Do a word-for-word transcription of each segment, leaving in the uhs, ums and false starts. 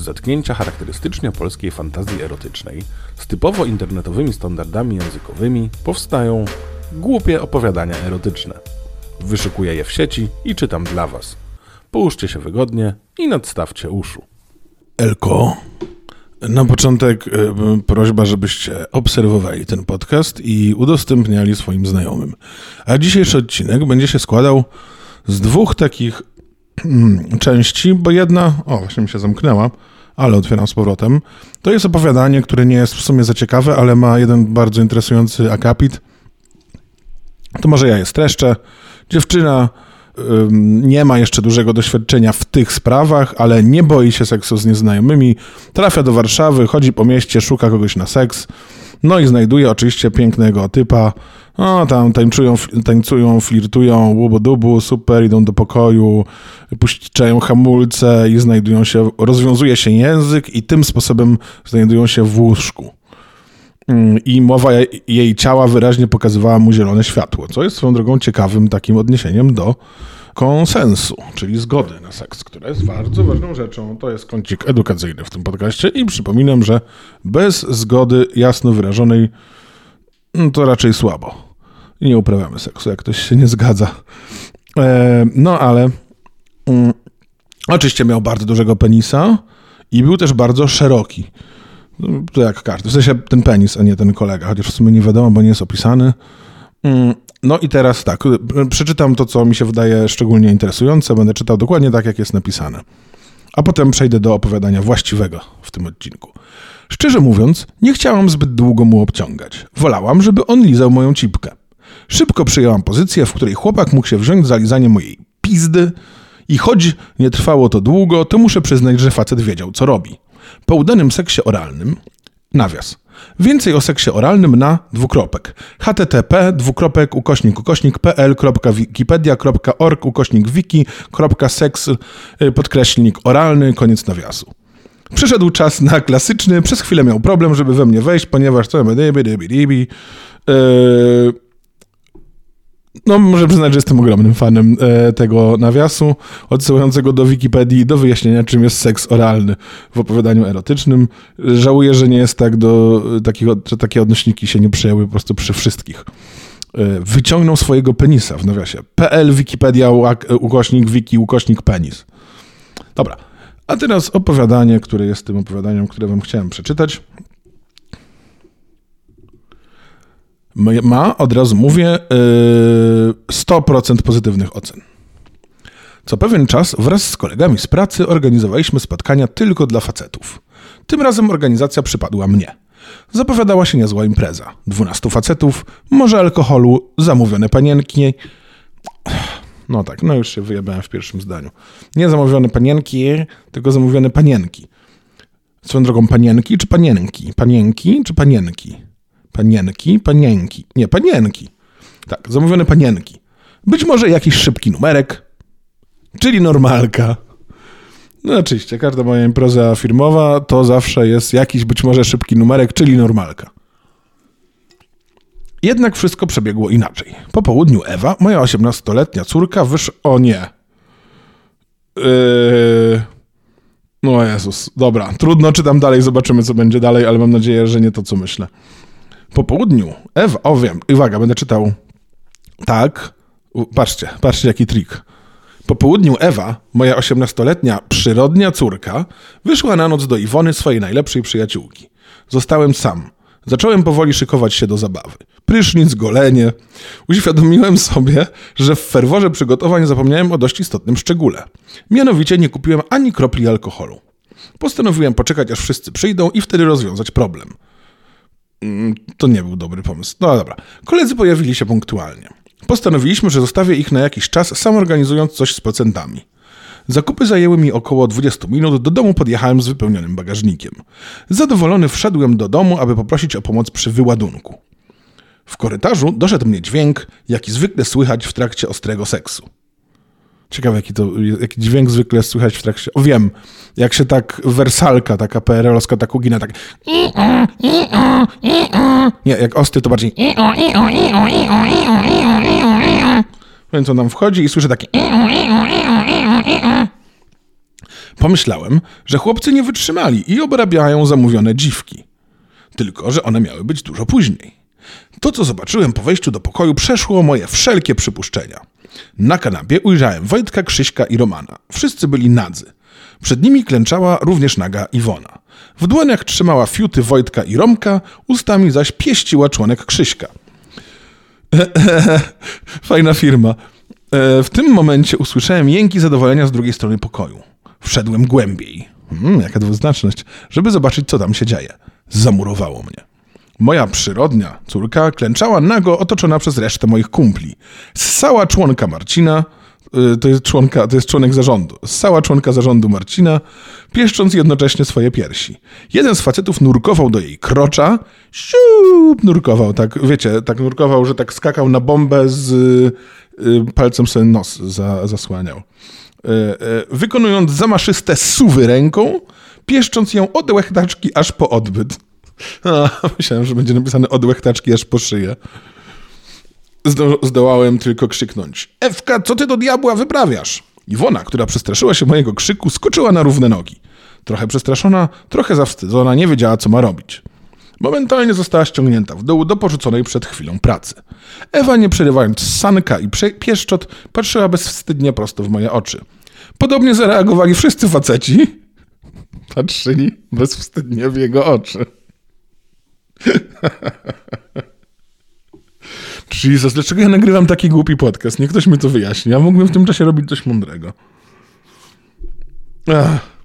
zetknięcia charakterystycznie polskiej fantazji erotycznej z typowo internetowymi standardami językowymi powstają głupie opowiadania erotyczne. Wyszukuję je w sieci i czytam dla Was. Połóżcie się wygodnie i nadstawcie uszu. Elko, na początek y, prośba, żebyście obserwowali ten podcast i udostępniali swoim znajomym. A dzisiejszy odcinek będzie się składał z dwóch takich mm, części, bo jedna, o właśnie mi się zamknęła, ale otwieram z powrotem. To jest opowiadanie, które nie jest w sumie za ciekawe, ale ma jeden bardzo interesujący akapit. To może ja je streszczę. Dziewczyna nie ma jeszcze dużego doświadczenia w tych sprawach, ale nie boi się seksu z nieznajomymi. Trafia do Warszawy, chodzi po mieście, szuka kogoś na seks. No i znajduje oczywiście pięknego typa. No tam tańcują, tańcują flirtują, łubu-dubu, super, idą do pokoju, puszczają hamulce i znajdują się, rozwiązuje się język i tym sposobem znajdują się w łóżku. I mowa jej ciała wyraźnie pokazywała mu zielone światło, co jest swoją drogą ciekawym takim odniesieniem do konsensu, czyli zgody na seks, która jest bardzo ważną rzeczą. To jest kącik edukacyjny w tym podcaście i przypominam, że bez zgody jasno wyrażonej no to raczej słabo. I nie uprawiamy seksu, jak ktoś się nie zgadza. E, no ale um, oczywiście miał bardzo dużego penisa i był też bardzo szeroki. To jak każdy. W sensie ten penis, a nie ten kolega, chociaż w sumie nie wiadomo, bo nie jest opisany. No i teraz tak, przeczytam to, co mi się wydaje szczególnie interesujące, będę czytał dokładnie tak, jak jest napisane. A potem przejdę do opowiadania właściwego w tym odcinku. Szczerze mówiąc, nie chciałam zbyt długo mu obciągać. Wolałam, żeby on lizał moją cipkę. Szybko przyjęłam pozycję, w której chłopak mógł się wziąć za lizanie mojej pizdy i choć nie trwało to długo, to muszę przyznać, że facet wiedział, co robi. Po udanym seksie oralnym, nawias, więcej o seksie oralnym na dwukropek, http dwukropek ukośnik ukośnik pl.wikipedia.org ukośnik wiki.seks podkreślnik oralny, koniec nawiasu. Przyszedł czas na klasyczny, przez chwilę miał problem, żeby we mnie wejść, ponieważ co dybi, dybi, dybi, yy, no muszę przyznać, że jestem ogromnym fanem e, tego nawiasu, odsyłającego do Wikipedii do wyjaśnienia, czym jest seks oralny w opowiadaniu erotycznym. Żałuję, że nie jest tak do takiego, że takie odnośniki się nie przyjęły po prostu przy wszystkich. E, wyciągnął swojego penisa w nawiasie. pl Wikipedia ukośnik wiki ukośnik penis. Dobra, a teraz opowiadanie, które jest tym opowiadaniem, które wam chciałem przeczytać. Ma, od razu mówię, sto procent pozytywnych ocen. Co pewien czas wraz z kolegami z pracy organizowaliśmy spotkania tylko dla facetów. Tym razem organizacja przypadła mnie. Zapowiadała się niezła impreza. Dwunastu facetów, może alkoholu, zamówione panienki. No tak, no już się wyjebałem w pierwszym zdaniu. Nie zamówione panienki, tylko zamówione panienki. Swoją drogą panienki czy panienki? Panienki czy panienki? Panienki, panienki. Nie, panienki. Tak, zamówione panienki. Być może jakiś szybki numerek, czyli normalka. No oczywiście, każda moja impreza firmowa to zawsze jest jakiś być może szybki numerek, czyli normalka. Jednak wszystko przebiegło inaczej. Po południu Ewa, moja osiemnastoletnia córka, wyszła... O nie. Yy... No Jezus, dobra. Trudno, czytam dalej, zobaczymy, co będzie dalej, ale mam nadzieję, że nie to, co myślę. Po południu Ewa, o wiem, uwaga, będę czytał tak, u, patrzcie, patrzcie jaki trik. Po południu Ewa, moja osiemnastoletnia przyrodnia córka, wyszła na noc do Iwony, swojej najlepszej przyjaciółki. Zostałem sam. Zacząłem powoli szykować się do zabawy. Prysznic, golenie. Uświadomiłem sobie, że w ferworze przygotowań zapomniałem o dość istotnym szczególe. Mianowicie nie kupiłem ani kropli alkoholu. Postanowiłem poczekać, aż wszyscy przyjdą i wtedy rozwiązać problem. To nie był dobry pomysł. No dobra. Koledzy pojawili się punktualnie. Postanowiliśmy, że zostawię ich na jakiś czas, sam organizując coś z procentami. Zakupy zajęły mi około dwadzieścia minut, do domu podjechałem z wypełnionym bagażnikiem. Zadowolony wszedłem do domu, aby poprosić o pomoc przy wyładunku. W korytarzu doszedł mnie dźwięk, jaki zwykle słychać w trakcie ostrego seksu. Ciekawe, jaki to, jaki dźwięk zwykle słychać w trakcie... O wiem, jak się tak wersalka, taka P R L-owska tak ugina, tak... Nie, jak ostry to bardziej... Więc on tam wchodzi i słyszy takie... Pomyślałem, że chłopcy nie wytrzymali i obrabiają zamówione dziwki. Tylko że one miały być dużo później. To, co zobaczyłem po wejściu do pokoju, przeszło moje wszelkie przypuszczenia. Na kanapie ujrzałem Wojtka, Krzyśka i Romana. Wszyscy byli nadzy. Przed nimi klęczała również naga Iwona. W dłoniach trzymała fiuty Wojtka i Romka, ustami zaś pieściła członek Krzyśka. Fajna firma. W tym momencie usłyszałem jęki zadowolenia z drugiej strony pokoju. Wszedłem głębiej. Hmm, jaka dwuznaczność. Żeby zobaczyć, co tam się dzieje. Zamurowało mnie. Moja przyrodnia córka klęczała nago, otoczona przez resztę moich kumpli. Ssała członka Marcina, to jest, członka, to jest członek zarządu, ssała członka zarządu Marcina, pieszcząc jednocześnie swoje piersi. Jeden z facetów nurkował do jej krocza, siup, nurkował, tak, wiecie, tak nurkował, że tak skakał na bombę z y, palcem sobie nos za, zasłaniał. Y, y, wykonując zamaszyste suwy ręką, pieszcząc ją od łechtaczki aż po odbyt. A, myślałem, że będzie napisane od łechtaczki aż po szyję. Zdo- zdołałem tylko krzyknąć: Ewka, co ty do diabła wyprawiasz? Iwona, która przestraszyła się mojego krzyku, skoczyła na równe nogi. Trochę przestraszona, trochę zawstydzona, nie wiedziała, co ma robić. Momentalnie została ściągnięta w dół do porzuconej przed chwilą pracy. Ewa, nie przerywając sanka i prze- pieszczot, patrzyła bezwstydnie prosto w moje oczy. Podobnie zareagowali wszyscy faceci. Patrzyli bezwstydnie w jego oczy. Jesus, dlaczego ja nagrywam taki głupi podcast? Niech ktoś mi to wyjaśni. Ja mógłbym w tym czasie robić coś mądrego. Ach.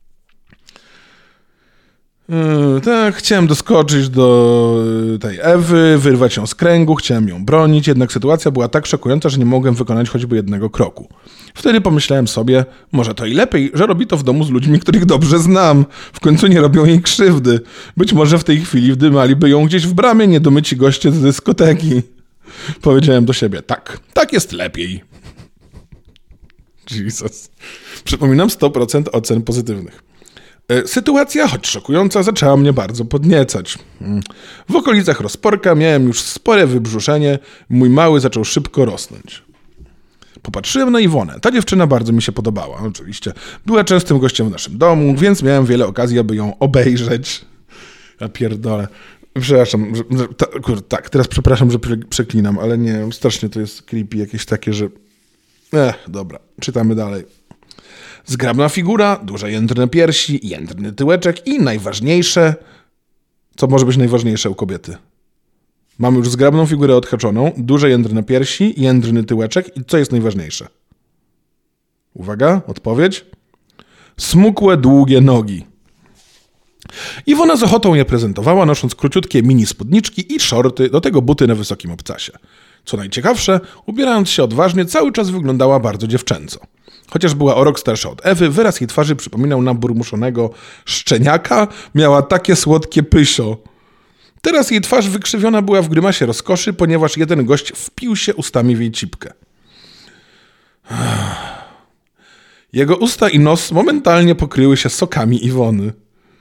Yy, tak, chciałem doskoczyć do tej Ewy, wyrwać ją z kręgu, chciałem ją bronić, jednak sytuacja była tak szokująca, że nie mogłem wykonać choćby jednego kroku. Wtedy pomyślałem sobie, może to i lepiej, że robi to w domu z ludźmi, których dobrze znam. W końcu nie robią jej krzywdy. Być może w tej chwili wdymaliby ją gdzieś w bramie niedomyci goście z dyskoteki. Powiedziałem do siebie, tak, tak jest lepiej. Jesus. Przypominam, sto procent ocen pozytywnych. Sytuacja, choć szokująca, zaczęła mnie bardzo podniecać. W okolicach rozporka miałem już spore wybrzuszenie, mój mały zaczął szybko rosnąć. Popatrzyłem na Iwonę. Ta dziewczyna bardzo mi się podobała, oczywiście. Była częstym gościem w naszym domu, więc miałem wiele okazji, aby ją obejrzeć. Ja pierdolę. Przepraszam, że, że, ta, kur, tak, teraz przepraszam, że przeklinam, ale nie, strasznie to jest creepy, jakieś takie, że... Ech, dobra, czytamy dalej. Zgrabna figura, duże jędrne piersi, jędrny tyłeczek i najważniejsze... Co może być najważniejsze u kobiety? Mamy już zgrabną figurę odhaczoną, duże jędrne piersi, jędrny tyłeczek i co jest najważniejsze? Uwaga, odpowiedź. Smukłe, długie nogi. Iwona z ochotą je prezentowała, nosząc króciutkie mini spódniczki i szorty, do tego buty na wysokim obcasie. Co najciekawsze, ubierając się odważnie, cały czas wyglądała bardzo dziewczęco. Chociaż była o rok starsza od Ewy, wyraz jej twarzy przypominał naburmuszonego szczeniaka, miała takie słodkie pysio. Teraz jej twarz wykrzywiona była w grymasie rozkoszy, ponieważ jeden gość wpił się ustami w jej cipkę. Jego usta i nos momentalnie pokryły się sokami Iwony.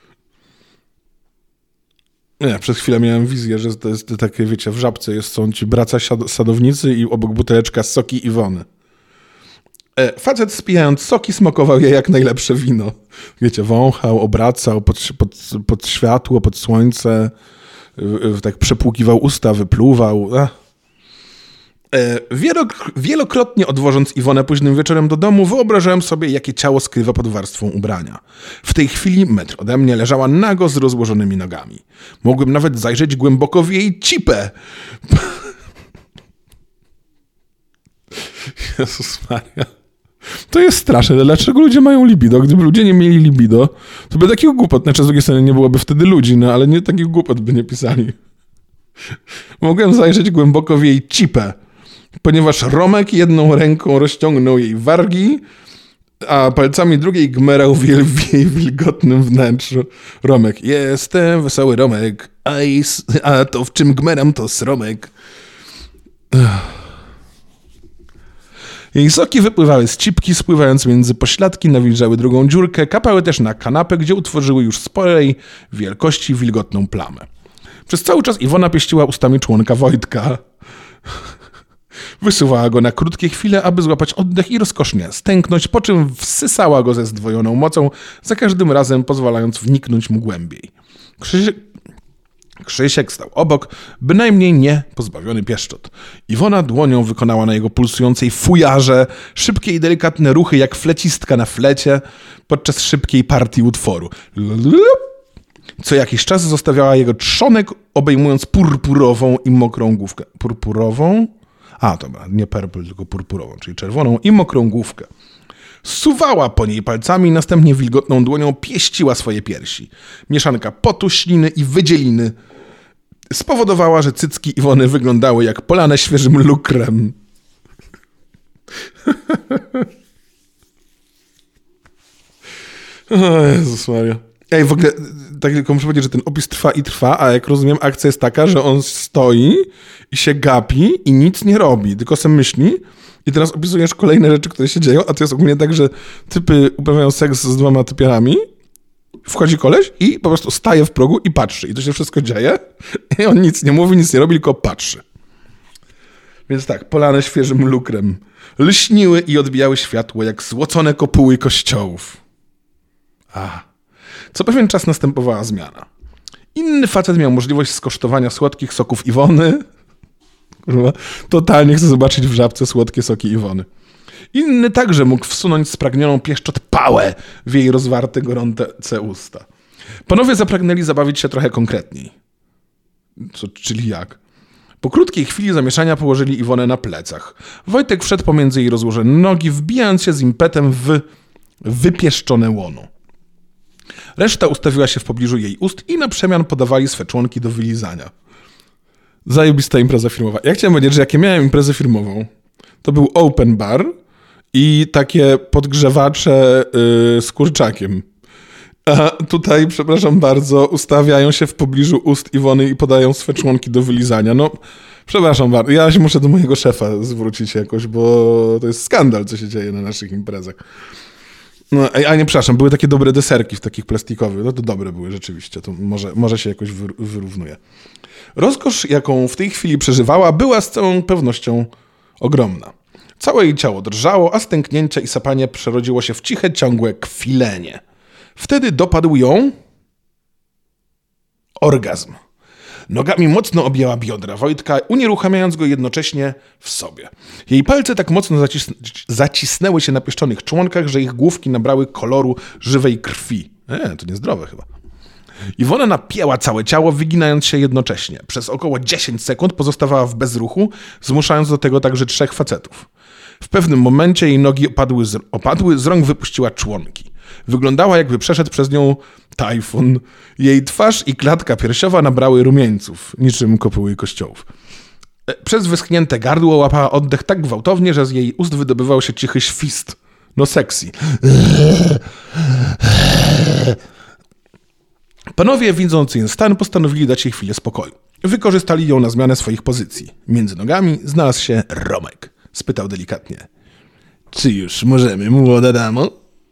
Nie, przez chwilę miałem wizję, że to jest takie, wiecie, w Żabce jest, są ci bracia sadownicy i obok buteleczka soki Iwony. E, facet spijając soki smakował je jak najlepsze wino. Wiecie, wąchał, obracał pod, pod, pod światło, pod słońce, w, tak przepłukiwał usta, wypluwał. E, wielok, wielokrotnie odwożąc Iwonę późnym wieczorem do domu, wyobrażałem sobie, jakie ciało skrywa pod warstwą ubrania. W tej chwili metr ode mnie leżała nago z rozłożonymi nogami. Mogłem nawet zajrzeć głęboko w jej cipę. Jezus Maria. To jest straszne. Dlaczego ludzie mają libido? Gdyby ludzie nie mieli libido, to by takiego głupot, znaczy z drugiej strony nie byłoby wtedy ludzi, no ale nie takich głupot by nie pisali. Mogłem zajrzeć głęboko w jej cipę, ponieważ Romek jedną ręką rozciągnął jej wargi, a palcami drugiej gmerał w jej, w jej wilgotnym wnętrzu. Romek, jestem wesoły Romek, a, is, a to w czym gmeram to sromek. Jej soki wypływały z cipki, spływając między pośladki, nawilżały drugą dziurkę, kapały też na kanapę, gdzie utworzyły już sporej wielkości wilgotną plamę. Przez cały czas Iwona pieściła ustami członka Wojtka. Wysuwała go na krótkie chwile, aby złapać oddech i rozkosznie stęknąć, po czym wsysała go ze zdwojoną mocą, za każdym razem pozwalając wniknąć mu głębiej. Krzysiek, Krzysiek stał obok, bynajmniej nie pozbawiony pieszczot. Iwona dłonią wykonała na jego pulsującej fujarze szybkie i delikatne ruchy jak flecistka na flecie podczas szybkiej partii utworu. Co jakiś czas zostawiała jego trzonek, obejmując purpurową i mokrą główkę. Purpurową? A, dobra, nie purple, tylko purpurową, czyli czerwoną i mokrą główkę. Suwała po niej palcami, następnie wilgotną dłonią pieściła swoje piersi. Mieszanka potu, śliny i wydzieliny spowodowała, że cycki Iwony wyglądały jak polane świeżym lukrem. O Jezus Maria. Ej, w ogóle, tak tylko muszę powiedzieć, że ten opis trwa i trwa, a jak rozumiem, akcja jest taka, że on stoi i się gapi i nic nie robi, tylko se myśli i teraz opisujesz kolejne rzeczy, które się dzieją, a to jest ogólnie tak, że typy uprawiają seks z dwoma typiarami, wchodzi koleś i po prostu staje w progu i patrzy i to się wszystko dzieje i on nic nie mówi, nic nie robi, tylko patrzy. Więc tak, polane świeżym lukrem, lśniły i odbijały światło jak złocone kopuły kościołów. A. Co pewien czas następowała zmiana. Inny facet miał możliwość skosztowania słodkich soków Iwony. Kurwa, totalnie chcę zobaczyć w Żabce słodkie soki Iwony. Inny także mógł wsunąć spragnioną pieszczot pałę w jej rozwarte, gorące usta. Panowie zapragnęli zabawić się trochę konkretniej. Co, czyli jak? Po krótkiej chwili zamieszania położyli Iwonę na plecach. Wojtek wszedł pomiędzy jej rozłożone nogi, wbijając się z impetem w wypieszczone łono. Reszta ustawiła się w pobliżu jej ust i na przemian podawali swe członki do wylizania. Zajebista impreza filmowa. Ja chciałem powiedzieć, że jak ja miałem imprezę filmową, to był open bar i takie podgrzewacze yy, z kurczakiem. A tutaj, przepraszam bardzo, ustawiają się w pobliżu ust Iwony i podają swe członki do wylizania. No, przepraszam bardzo, ja się muszę do mojego szefa zwrócić jakoś, bo to jest skandal, co się dzieje na naszych imprezach. No, a nie, przepraszam, były takie dobre deserki w takich plastikowych, no to dobre były rzeczywiście, to może, może się jakoś wyrównuje. Rozkosz, jaką w tej chwili przeżywała, była z całą pewnością ogromna. Całe jej ciało drżało, a stęknięcie i sapanie przerodziło się w ciche, ciągłe kwilenie. Wtedy dopadł ją orgazm. Nogami mocno objęła biodra Wojtka, unieruchamiając go jednocześnie w sobie. Jej palce tak mocno zacis- zacisnęły się na pieszczonych członkach, że ich główki nabrały koloru żywej krwi. E, to niezdrowe chyba. Iwona napięła całe ciało, wyginając się jednocześnie. Przez około dziesięć sekund pozostawała w bezruchu, zmuszając do tego także trzech facetów. W pewnym momencie jej nogi opadły z, opadły, z rąk wypuściła członki. Wyglądała, jakby przeszedł przez nią tajfun. Jej twarz i klatka piersiowa nabrały rumieńców, niczym kopuły kościołów. Przez wyschnięte gardło łapała oddech tak gwałtownie, że z jej ust wydobywał się cichy świst. No sexy. Panowie, widząc jej stan, postanowili dać jej chwilę spokoju. Wykorzystali ją na zmianę swoich pozycji. Między nogami znalazł się Romek. Spytał delikatnie. Czy już możemy, młoda damo?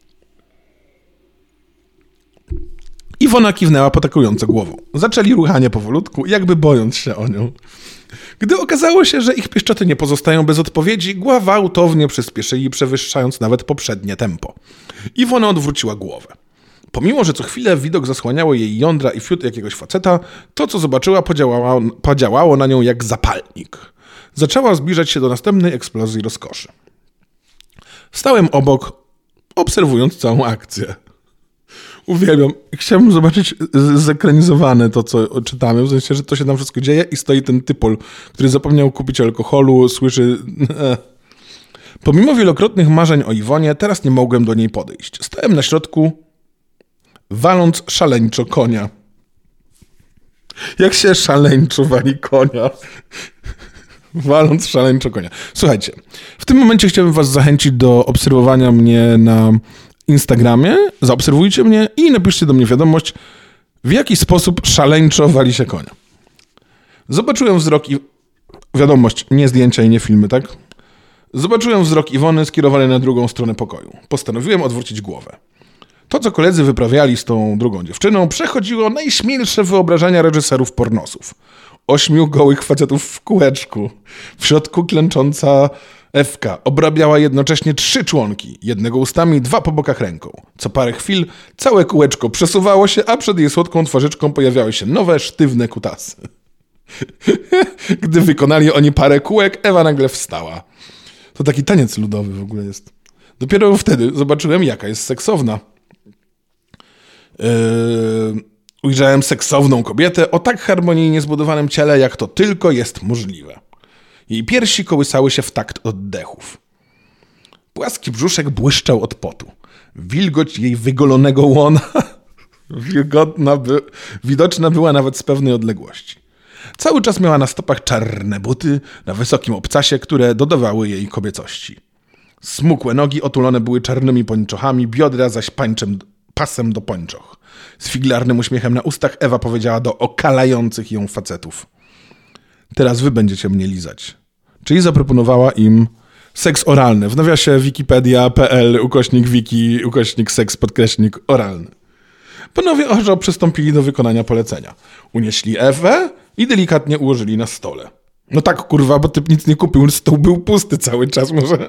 Iwona kiwnęła potakująco głową. Zaczęli ruchanie powolutku, jakby bojąc się o nią. Gdy okazało się, że ich pieszczoty nie pozostają bez odpowiedzi, gwałtownie przyspieszyli, przewyższając nawet poprzednie tempo. Iwona odwróciła głowę. Pomimo, że co chwilę widok zasłaniało jej jądra i fiut jakiegoś faceta, to, co zobaczyła, podziałało, podziałało na nią jak zapalnik. Zaczęła zbliżać się do następnej eksplozji rozkoszy. Stałem obok, obserwując całą akcję. Uwielbiam. Chciałbym zobaczyć zekranizowane to, co czytamy, w sensie, że to się tam wszystko dzieje i stoi ten typol, który zapomniał kupić alkoholu, słyszy... Pomimo wielokrotnych marzeń o Iwonie, teraz nie mogłem do niej podejść. Stałem na środku, waląc szaleńczo konia. Jak się szaleńczo wali konia? Waląc szaleńczo konia. Słuchajcie, w tym momencie chciałbym was zachęcić do obserwowania mnie na Instagramie. Zaobserwujcie mnie i napiszcie do mnie wiadomość, w jaki sposób szaleńczo wali się konia. Zobaczyłem wzrok i... Wiadomość, nie zdjęcia i nie filmy, tak? Zobaczyłem wzrok Iwony skierowany na drugą stronę pokoju. Postanowiłem odwrócić głowę. To, co koledzy wyprawiali z tą drugą dziewczyną, przechodziło najśmielsze wyobrażenia reżyserów pornosów. Ośmiu gołych facetów w kółeczku. W środku klęcząca Ewka obrabiała jednocześnie trzy członki. Jednego ustami, dwa po bokach ręką. Co parę chwil całe kółeczko przesuwało się, a przed jej słodką twarzyczką pojawiały się nowe, sztywne kutasy. Gdy wykonali oni parę kółek, Ewa nagle wstała. To taki taniec ludowy w ogóle jest. Dopiero wtedy zobaczyłem, jaka jest seksowna. Yy, ujrzałem seksowną kobietę o tak harmonijnie zbudowanym ciele, jak to tylko jest możliwe. Jej piersi kołysały się w takt oddechów. Płaski brzuszek błyszczał od potu. Wilgoć jej wygolonego łona wilgotna by, widoczna była nawet z pewnej odległości. Cały czas miała na stopach czarne buty na wysokim obcasie, które dodawały jej kobiecości. Smukłe nogi otulone były czarnymi pończochami, biodra zaś pańczem, pasem do pończoch. Z figlarnym uśmiechem na ustach Ewa powiedziała do okalających ją facetów: teraz wy będziecie mnie lizać. Czyli zaproponowała im seks oralny. W nawiasie wikipedia.pl ukośnik wiki, ukośnik seks, podkreśnik oralny. Panowie orzeł przystąpili do wykonania polecenia. Unieśli Ewę i delikatnie ułożyli na stole. No tak, kurwa, bo typ nic nie kupił, stół był pusty cały czas może.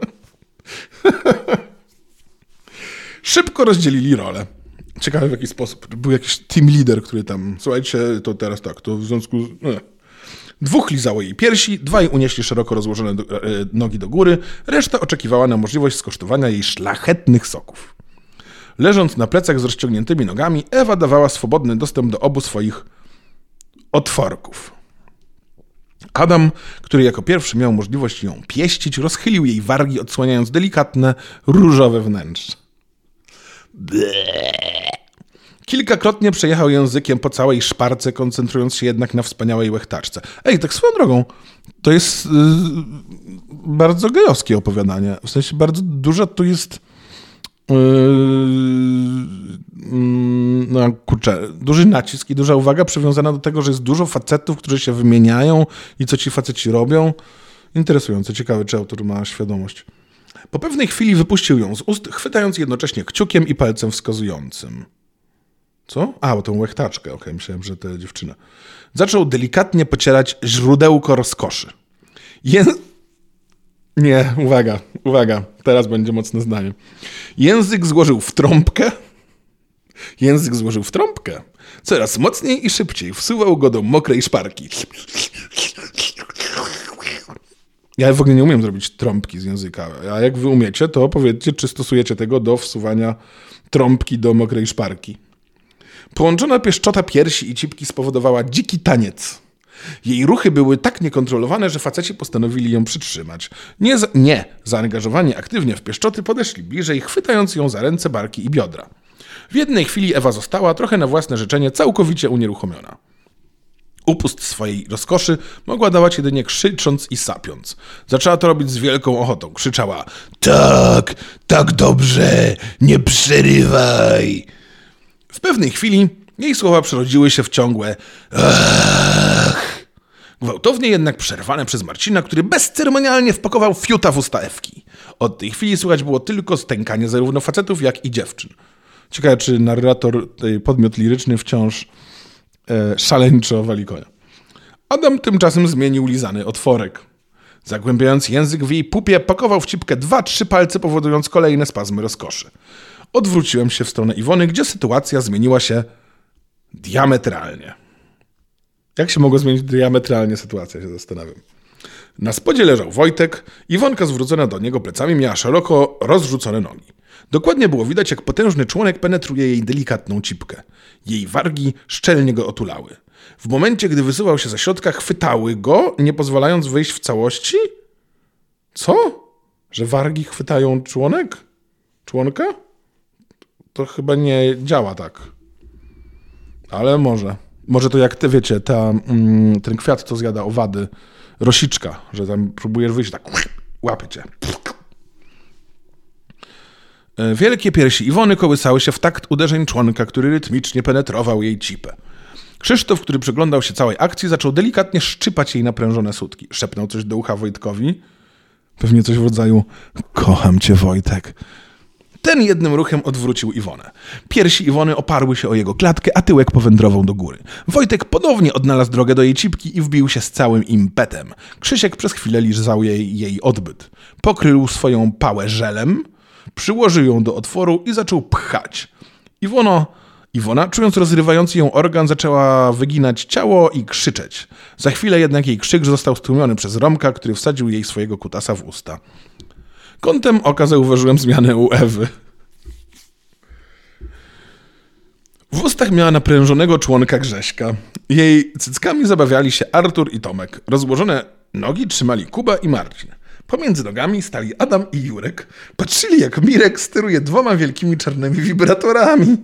Szybko rozdzielili rolę. Ciekawe w jaki sposób. Był jakiś team leader, który tam, słuchajcie, to teraz tak, to w związku z... Nie. Dwóch lizało jej piersi, dwaj unieśli szeroko rozłożone do, e, nogi do góry, reszta oczekiwała na możliwość skosztowania jej szlachetnych soków. Leżąc na plecach z rozciągniętymi nogami, Ewa dawała swobodny dostęp do obu swoich otworków. Adam, który jako pierwszy miał możliwość ją pieścić, rozchylił jej wargi, odsłaniając delikatne, różowe wnętrze. Kilkakrotnie przejechał językiem po całej szparce, koncentrując się jednak na wspaniałej łechtaczce. Ej, tak swoją drogą, to jest yy, bardzo gejowskie opowiadanie. W sensie bardzo dużo tu jest yy, yy, no kurczę, duży nacisk i duża uwaga przywiązana do tego, że jest dużo facetów, którzy się wymieniają i co ci faceci robią. Interesujące, ciekawe, czy autor ma świadomość. Po pewnej chwili wypuścił ją z ust, chwytając jednocześnie kciukiem i palcem wskazującym. Co? A, bo tą łechtaczkę. Okej, okay, myślałem, że to dziewczyna. Zaczął delikatnie pocierać źródełko rozkoszy. Ję... Nie, uwaga, uwaga. Teraz będzie mocne zdanie. Język złożył w trąbkę. Język złożył w trąbkę. Coraz mocniej i szybciej wsuwał go do mokrej szparki. Ja w ogóle nie umiem zrobić trąbki z języka. A jak wy umiecie, to powiedzcie, czy stosujecie tego do wsuwania trąbki do mokrej szparki. Połączona pieszczota piersi i cipki spowodowała dziki taniec. Jej ruchy były tak niekontrolowane, że faceci postanowili ją przytrzymać. Nie, za, nie zaangażowani aktywnie w pieszczoty podeszli bliżej, chwytając ją za ręce, barki i biodra. W jednej chwili Ewa została, trochę na własne życzenie, całkowicie unieruchomiona. Upust swojej rozkoszy mogła dawać jedynie krzycząc i sapiąc. Zaczęła to robić z wielką ochotą. Krzyczała: tak, tak dobrze, nie przerywaj. W pewnej chwili jej słowa przerodziły się w ciągłe ach. Gwałtownie jednak przerwane przez Marcina, który bezceremonialnie wpakował fiuta w usta Ewki. Od tej chwili słychać było tylko stękanie zarówno facetów, jak i dziewczyn. Ciekawe, czy narrator, podmiot liryczny wciąż e, szaleńczo wali konia. Adam tymczasem zmienił lizany otworek. Zagłębiając język w jej pupie, pakował w cipkę dwa, trzy palce, powodując kolejne spazmy rozkoszy. Odwróciłem się w stronę Iwony, gdzie sytuacja zmieniła się diametralnie. Jak się mogło zmienić diametralnie sytuacja, się zastanawiam. Na spodzie leżał Wojtek, Iwonka zwrócona do niego plecami miała szeroko rozrzucone nogi. Dokładnie było widać, jak potężny członek penetruje jej delikatną cipkę. Jej wargi szczelnie go otulały. W momencie, gdy wysuwał się ze środka, chwytały go, nie pozwalając wyjść w całości? Co? Że wargi chwytają członek? Członka? To chyba nie działa tak. Ale może. Może to jak ty wiecie, ta, mm, ten kwiat, co zjada owady, rosiczka, że tam próbujesz wyjść, tak łapie cię. Wielkie piersi Iwony kołysały się w takt uderzeń członka, który rytmicznie penetrował jej cipę. Krzysztof, który przyglądał się całej akcji, zaczął delikatnie szczypać jej naprężone sutki. Szepnął coś do ucha Wojtkowi. Pewnie coś w rodzaju: kocham cię, Wojtek. Ten jednym ruchem odwrócił Iwonę. Piersi Iwony oparły się o jego klatkę, a tyłek powędrował do góry. Wojtek ponownie odnalazł drogę do jej cipki i wbił się z całym impetem. Krzysiek przez chwilę lizał jej, jej odbyt. Pokrył swoją pałę żelem, przyłożył ją do otworu i zaczął pchać. Iwono... Iwona, czując rozrywający ją organ, zaczęła wyginać ciało i krzyczeć. Za chwilę jednak jej krzyk został stłumiony przez Romka, który wsadził jej swojego kutasa w usta. Kątem oka zauważyłem zmianę u Ewy. W ustach miała naprężonego członka Grześka. Jej cyckami zabawiali się Artur i Tomek. Rozłożone nogi trzymali Kuba i Marcin. Pomiędzy nogami stali Adam i Jurek. Patrzyli, jak Mirek steruje dwoma wielkimi czarnymi wibratorami.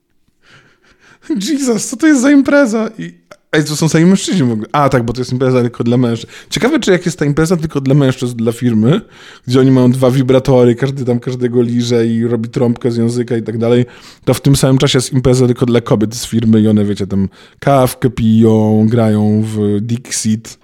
Jesus, co to jest za impreza? I... Ej, to są sami mężczyźni w ogóle. A tak, bo to jest impreza tylko dla mężczyzn. Ciekawe, czy jak jest ta impreza tylko dla mężczyzn, dla firmy, gdzie oni mają dwa wibratory, każdy tam każdego liże i robi trąbkę z języka i tak dalej, to w tym samym czasie jest impreza tylko dla kobiet z firmy i one, wiecie, tam kawkę piją, grają w Dixit.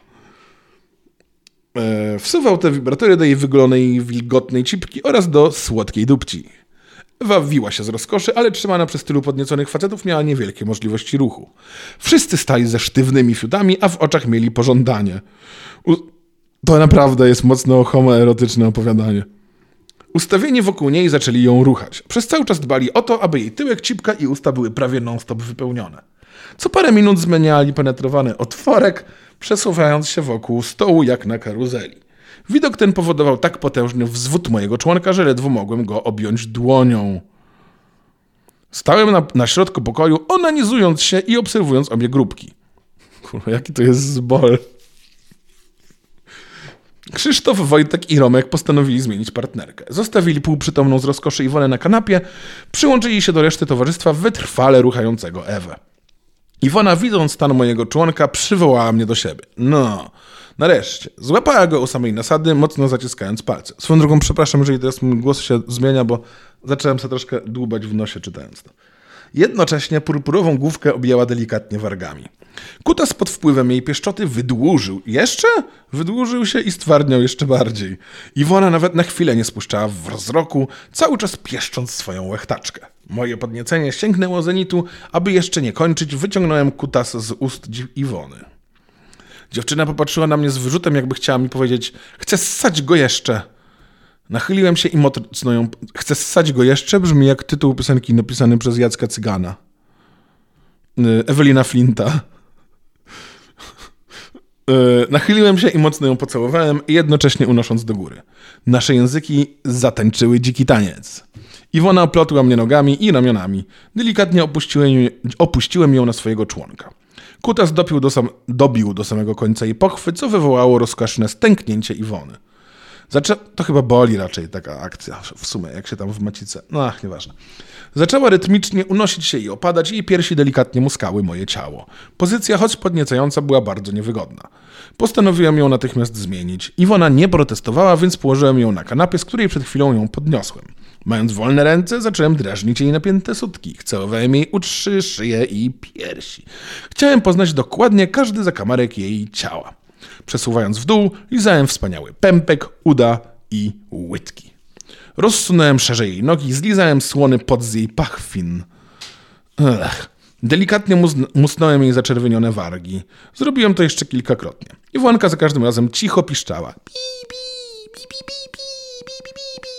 E, wsuwał te wibratory do jej wygolonej, wilgotnej cipki oraz do słodkiej dupci. Ewa wiła się z rozkoszy, ale trzymana przez tylu podnieconych facetów miała niewielkie możliwości ruchu. Wszyscy stali ze sztywnymi fiutami, a w oczach mieli pożądanie. U... To naprawdę jest mocno homoerotyczne opowiadanie. Ustawieni wokół niej zaczęli ją ruchać. Przez cały czas dbali o to, aby jej tyłek, cipka i usta były prawie non-stop wypełnione. Co parę minut zmieniali penetrowany otworek, przesuwając się wokół stołu jak na karuzeli. Widok ten powodował tak potężny wzwód mojego członka, że ledwo mogłem go objąć dłonią. Stałem na, na środku pokoju, onanizując się i obserwując obie grupki. Kurwa, jaki to jest zbol. Krzysztof, Wojtek i Romek postanowili zmienić partnerkę. Zostawili półprzytomną z rozkoszy Iwonę na kanapie, przyłączyli się do reszty towarzystwa wytrwale ruchającego Ewę. Iwona, widząc stan mojego członka, przywołała mnie do siebie. No... Nareszcie. Złapała go u samej nasady, mocno zaciskając palce. Swoją drogą, przepraszam, jeżeli teraz mój głos się zmienia, bo zacząłem sobie troszkę dłubać w nosie, czytając to. Jednocześnie purpurową główkę objęła delikatnie wargami. Kutas pod wpływem jej pieszczoty wydłużył. Jeszcze? Wydłużył się i stwardniał jeszcze bardziej. Iwona nawet na chwilę nie spuszczała wzroku, cały czas pieszcząc swoją łechtaczkę. Moje podniecenie sięgnęło zenitu, aby jeszcze nie kończyć, wyciągnąłem kutas z ust Iwony. Dziewczyna popatrzyła na mnie z wyrzutem, jakby chciała mi powiedzieć: chcę ssać go jeszcze. Nachyliłem się i mocno ją... Chcę ssać go jeszcze brzmi jak tytuł piosenki napisany przez Jacka Cygana. Ewelina Flinta. Nachyliłem się i mocno ją pocałowałem, jednocześnie unosząc do góry. Nasze języki zatańczyły dziki taniec. Iwona oplotła mnie nogami i ramionami. Delikatnie opuściłem, opuściłem ją na swojego członka. Kutas dopił do sam, dobił do samego końca jej pochwy, co wywołało rozkoszne stęknięcie Iwony. Zaczę... To chyba boli raczej taka akcja, w sumie, jak się tam w macice... No, ach, nieważne. Zaczęła rytmicznie unosić się i opadać, i jej piersi delikatnie muskały moje ciało. Pozycja, choć podniecająca, była bardzo niewygodna. Postanowiłem ją natychmiast zmienić. Iwona nie protestowała, więc położyłem ją na kanapie, z której przed chwilą ją podniosłem. Mając wolne ręce, zacząłem drażnić jej napięte sutki. Całowałem jej uszy, szyję i piersi. Chciałem poznać dokładnie każdy zakamarek jej ciała. Przesuwając w dół, lizałem wspaniały pępek, uda i łydki. Rozsunąłem szerzej jej nogi, zlizałem słony pot z jej pachwin. Ech. Delikatnie mus- musnąłem jej zaczerwienione wargi. Zrobiłem to jeszcze kilkakrotnie. Iwonka za każdym razem cicho piszczała. Pi, pi, pi, pi, pi, pi, pi, pi, pi, pi.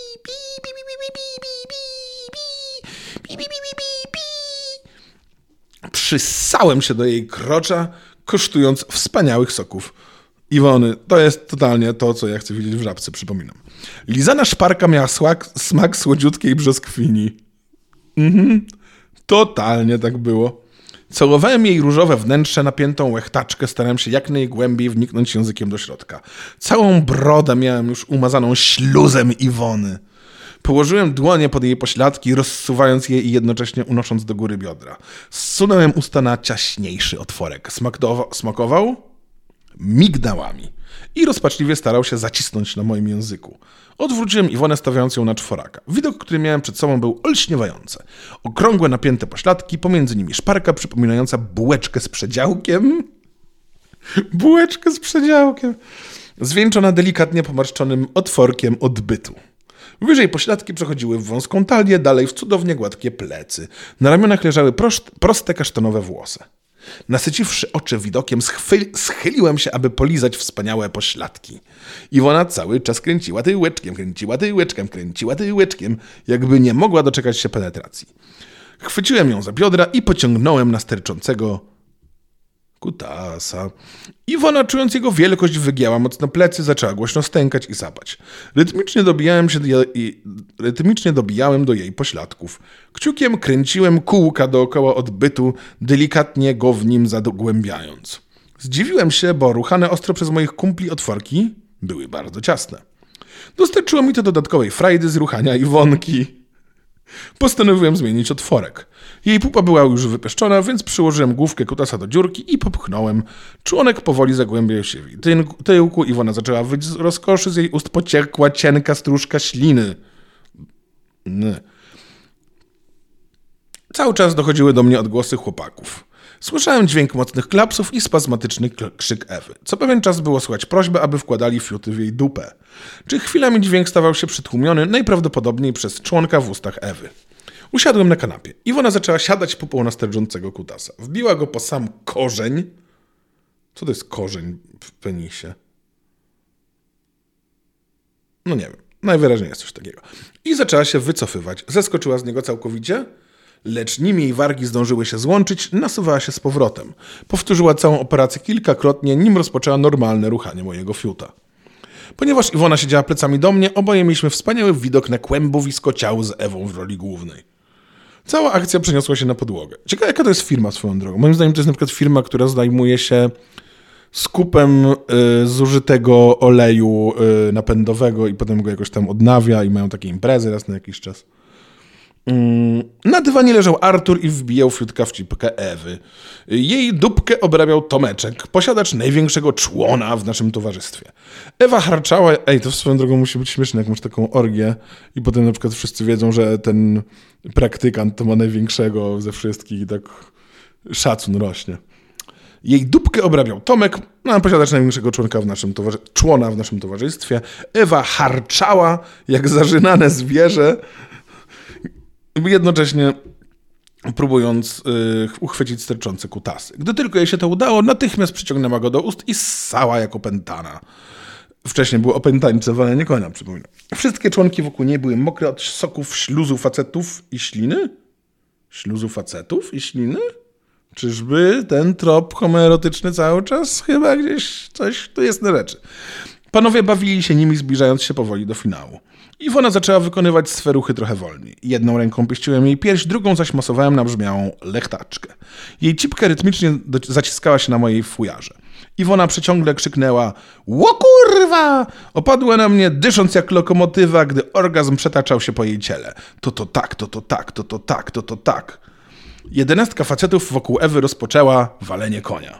Przyssałem się do jej krocza, kosztując wspaniałych soków. Iwony, to jest totalnie to, co ja chcę widzieć w Żabce, przypominam. Lizana szparka miała smak, smak słodziutkiej brzoskwini. Mhm, totalnie tak było. Całowałem jej różowe wnętrze, napiętą łechtaczkę, starałem się jak najgłębiej wniknąć językiem do środka. Całą brodę miałem już umazaną śluzem Iwony. Położyłem dłonie pod jej pośladki, rozsuwając je i jednocześnie unosząc do góry biodra. Zsunąłem usta na ciaśniejszy otworek. Smakdowa- smakował migdałami i rozpaczliwie starał się zacisnąć na moim języku. Odwróciłem Iwonę, stawiając ją na czworaka. Widok, który miałem przed sobą, był olśniewający. Okrągłe, napięte pośladki, pomiędzy nimi szparka przypominająca bułeczkę z przedziałkiem. Bułeczkę z przedziałkiem. Zwieńczona delikatnie pomarszczonym otworkiem odbytu. Wyżej pośladki przechodziły w wąską talię, dalej w cudownie gładkie plecy. Na ramionach leżały proszt, proste kasztanowe włosy. Nasyciwszy oczy widokiem, schwy- schyliłem się, aby polizać wspaniałe pośladki. Iwona cały czas kręciła tyłeczkiem, kręciła tyłeczkiem, kręciła tyłeczkiem, jakby nie mogła doczekać się penetracji. Chwyciłem ją za biodra i pociągnąłem na sterczącego kutasa. Iwona, czując jego wielkość, wygięła mocno plecy, zaczęła głośno stękać i sapać. Rytmicznie dobijałem się do jej, rytmicznie dobijałem do jej pośladków. Kciukiem kręciłem kółka dookoła odbytu, delikatnie go w nim zagłębiając. Zdziwiłem się, bo ruchane ostro przez moich kumpli otworki były bardzo ciasne. Dostarczyło mi to dodatkowej frajdy z ruchania Iwonki. Postanowiłem zmienić otworek. Jej pupa była już wypeszczona, więc przyłożyłem główkę kutasa do dziurki i popchnąłem. Członek powoli zagłębiał się w jej tyłku. Iwona zaczęła wyć z rozkoszy, z jej ust pociekła cienka stróżka śliny. Nie. Cały czas dochodziły do mnie odgłosy chłopaków. Słyszałem dźwięk mocnych klapsów i spazmatyczny krzyk Ewy. Co pewien czas było słychać prośbę, aby wkładali fiuty w jej dupę. Czy chwilami dźwięk stawał się przytłumiony, najprawdopodobniej przez członka w ustach Ewy. Usiadłem na kanapie. Iwona zaczęła siadać pupą na sterczącego kutasa. Wbiła go po sam korzeń. Co to jest korzeń w penisie? No nie wiem. Najwyraźniej jest coś takiego. I zaczęła się wycofywać. Zeskoczyła z niego całkowicie, lecz nim jej wargi zdążyły się złączyć, nasuwała się z powrotem. Powtórzyła całą operację kilkakrotnie, nim rozpoczęła normalne ruchanie mojego fiuta. Ponieważ Iwona siedziała plecami do mnie, oboje mieliśmy wspaniały widok na kłębowisko ciał z Ewą w roli głównej. Cała akcja przeniosła się na podłogę. Ciekawe, jaka to jest firma swoją drogą. Moim zdaniem to jest na przykład firma, która zajmuje się skupem y, zużytego oleju y, napędowego i potem go jakoś tam odnawia i mają takie imprezy raz na jakiś czas. Na dywanie leżał Artur i wbijał fiutka w cipkę Ewy. Jej dupkę obrabiał Tomeczek, posiadacz największego człona w naszym towarzystwie. Ewa harczała... Ej, to swoją drogą musi być śmieszne, jak masz taką orgię i potem na przykład wszyscy wiedzą, że ten praktykant to ma największego ze wszystkich i tak szacun rośnie. Jej dupkę obrabiał Tomek, no, posiadacz największego członka w naszym towarzy... człona w naszym towarzystwie. Ewa harczała jak zażynane zwierzę, jednocześnie próbując yy, uchwycić sterczące kutasy. Gdy tylko jej się to udało, natychmiast przyciągnęła go do ust i ssała jak opętana. Wcześniej było opętańcowane, nie konia, przypominam. Wszystkie członki wokół niej były mokre od soków śluzu facetów i śliny? Śluzu facetów i śliny? Czyżby ten trop homoerotyczny cały czas? Chyba gdzieś coś tu jest na rzeczy. Panowie bawili się nimi, zbliżając się powoli do finału. Iwona zaczęła wykonywać swe ruchy trochę wolniej. Jedną ręką pieściłem jej pierś, drugą zaś masowałem na brzmiałą lechtaczkę. Jej cipka rytmicznie do- zaciskała się na mojej fujarze. Iwona przeciągle krzyknęła: „Ło kurwa!” Opadła na mnie, dysząc jak lokomotywa, gdy orgazm przetaczał się po jej ciele. To to tak, to to tak, to to tak, to to tak. Jedenastka facetów wokół Ewy rozpoczęła walenie konia.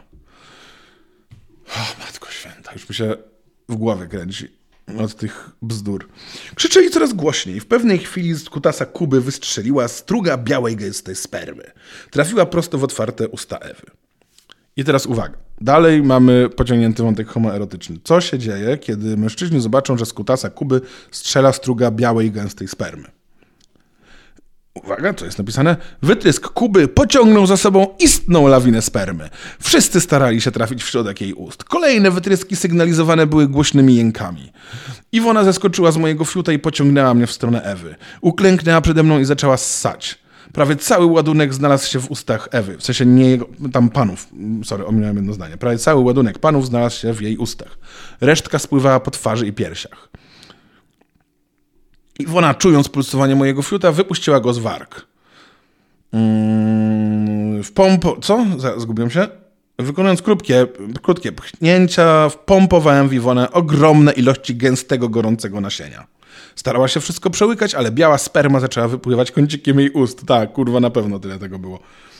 O, matko święta, już mi się w głowie kręci od tych bzdur. Krzyczeli coraz głośniej. W pewnej chwili z kutasa Kuby wystrzeliła struga białej, gęstej spermy. Trafiła prosto w otwarte usta Ewy. I teraz uwaga. Dalej mamy pociągnięty wątek homoerotyczny. Co się dzieje, kiedy mężczyźni zobaczą, że z kutasa Kuby strzela struga białej, gęstej spermy? Uwaga, co jest napisane? Wytrysk Kuby pociągnął za sobą istną lawinę spermy. Wszyscy starali się trafić w środek jej ust. Kolejne wytryski sygnalizowane były głośnymi jękami. Iwona zeskoczyła z mojego fiuta i pociągnęła mnie w stronę Ewy. Uklęknęła przede mną i zaczęła ssać. Prawie cały ładunek znalazł się w ustach Ewy. W sensie nie jego, tam panów. Sorry, ominąłem jedno zdanie. Prawie cały ładunek panów znalazł się w jej ustach. Resztka spływała po twarzy i piersiach. Iwona, czując pulsowanie mojego fiuta, wypuściła go z warg. Mm, w pompo... Co? Zgubiłem się? Wykonując krótkie, krótkie pchnięcia, wpompowałem w Iwonę ogromne ilości gęstego, gorącego nasienia. Starała się wszystko przełykać, ale biała sperma zaczęła wypływać kącikiem jej ust. Tak, kurwa, na pewno tyle tego było.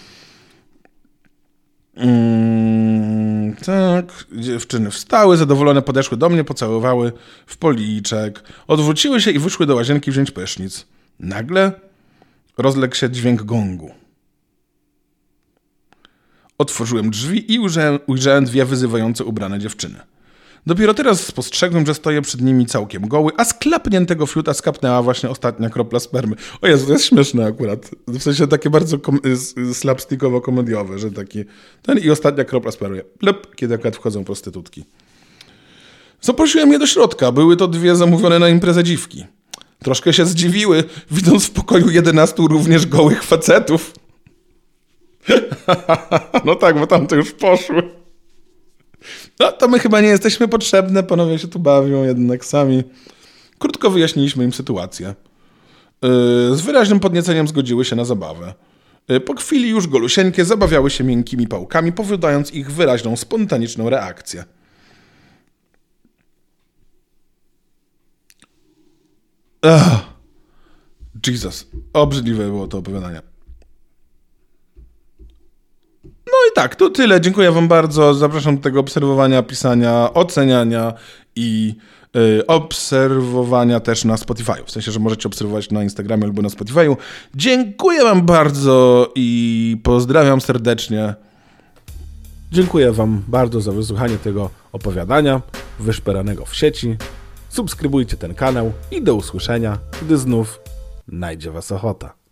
Mm, tak, dziewczyny wstały, zadowolone podeszły do mnie, pocałowały w policzek, odwróciły się i wyszły do łazienki wziąć prysznic. Nagle rozległ się dźwięk gongu. Otworzyłem drzwi i ujrzałem, ujrzałem dwie wyzywające ubrane dziewczyny. Dopiero teraz spostrzegłem, że stoję przed nimi całkiem goły, a z klapniętego fiuta skapnęła właśnie ostatnia kropla spermy. O Jezu, to jest śmieszne akurat. W sensie takie bardzo kom- slapstickowo-komediowe, że taki ten i ostatnia kropla spermy. Lep, kiedy akurat wchodzą prostytutki. Zaprosiłem je do środka. Były to dwie zamówione na imprezę dziwki. Troszkę się zdziwiły, widząc w pokoju jedenastu również gołych facetów. No tak, bo tam to już poszły. No to my chyba nie jesteśmy potrzebne, panowie się tu bawią jednak sami. Krótko wyjaśniliśmy im sytuację. Yy, z wyraźnym podnieceniem zgodziły się na zabawę. Yy, po chwili już golusieńkie zabawiały się miękkimi pałkami, powodując ich wyraźną, spontaniczną reakcję. Ach, Jesus, obrzydliwe było to opowiadanie. No i tak, to tyle. Dziękuję wam bardzo. Zapraszam do tego obserwowania, pisania, oceniania i y, obserwowania też na Spotify'u. W sensie, że możecie obserwować na Instagramie albo na Spotify'u. Dziękuję wam bardzo i pozdrawiam serdecznie. Dziękuję wam bardzo za wysłuchanie tego opowiadania wyszperanego w sieci. Subskrybujcie ten kanał i do usłyszenia, gdy znów najdzie was ochota.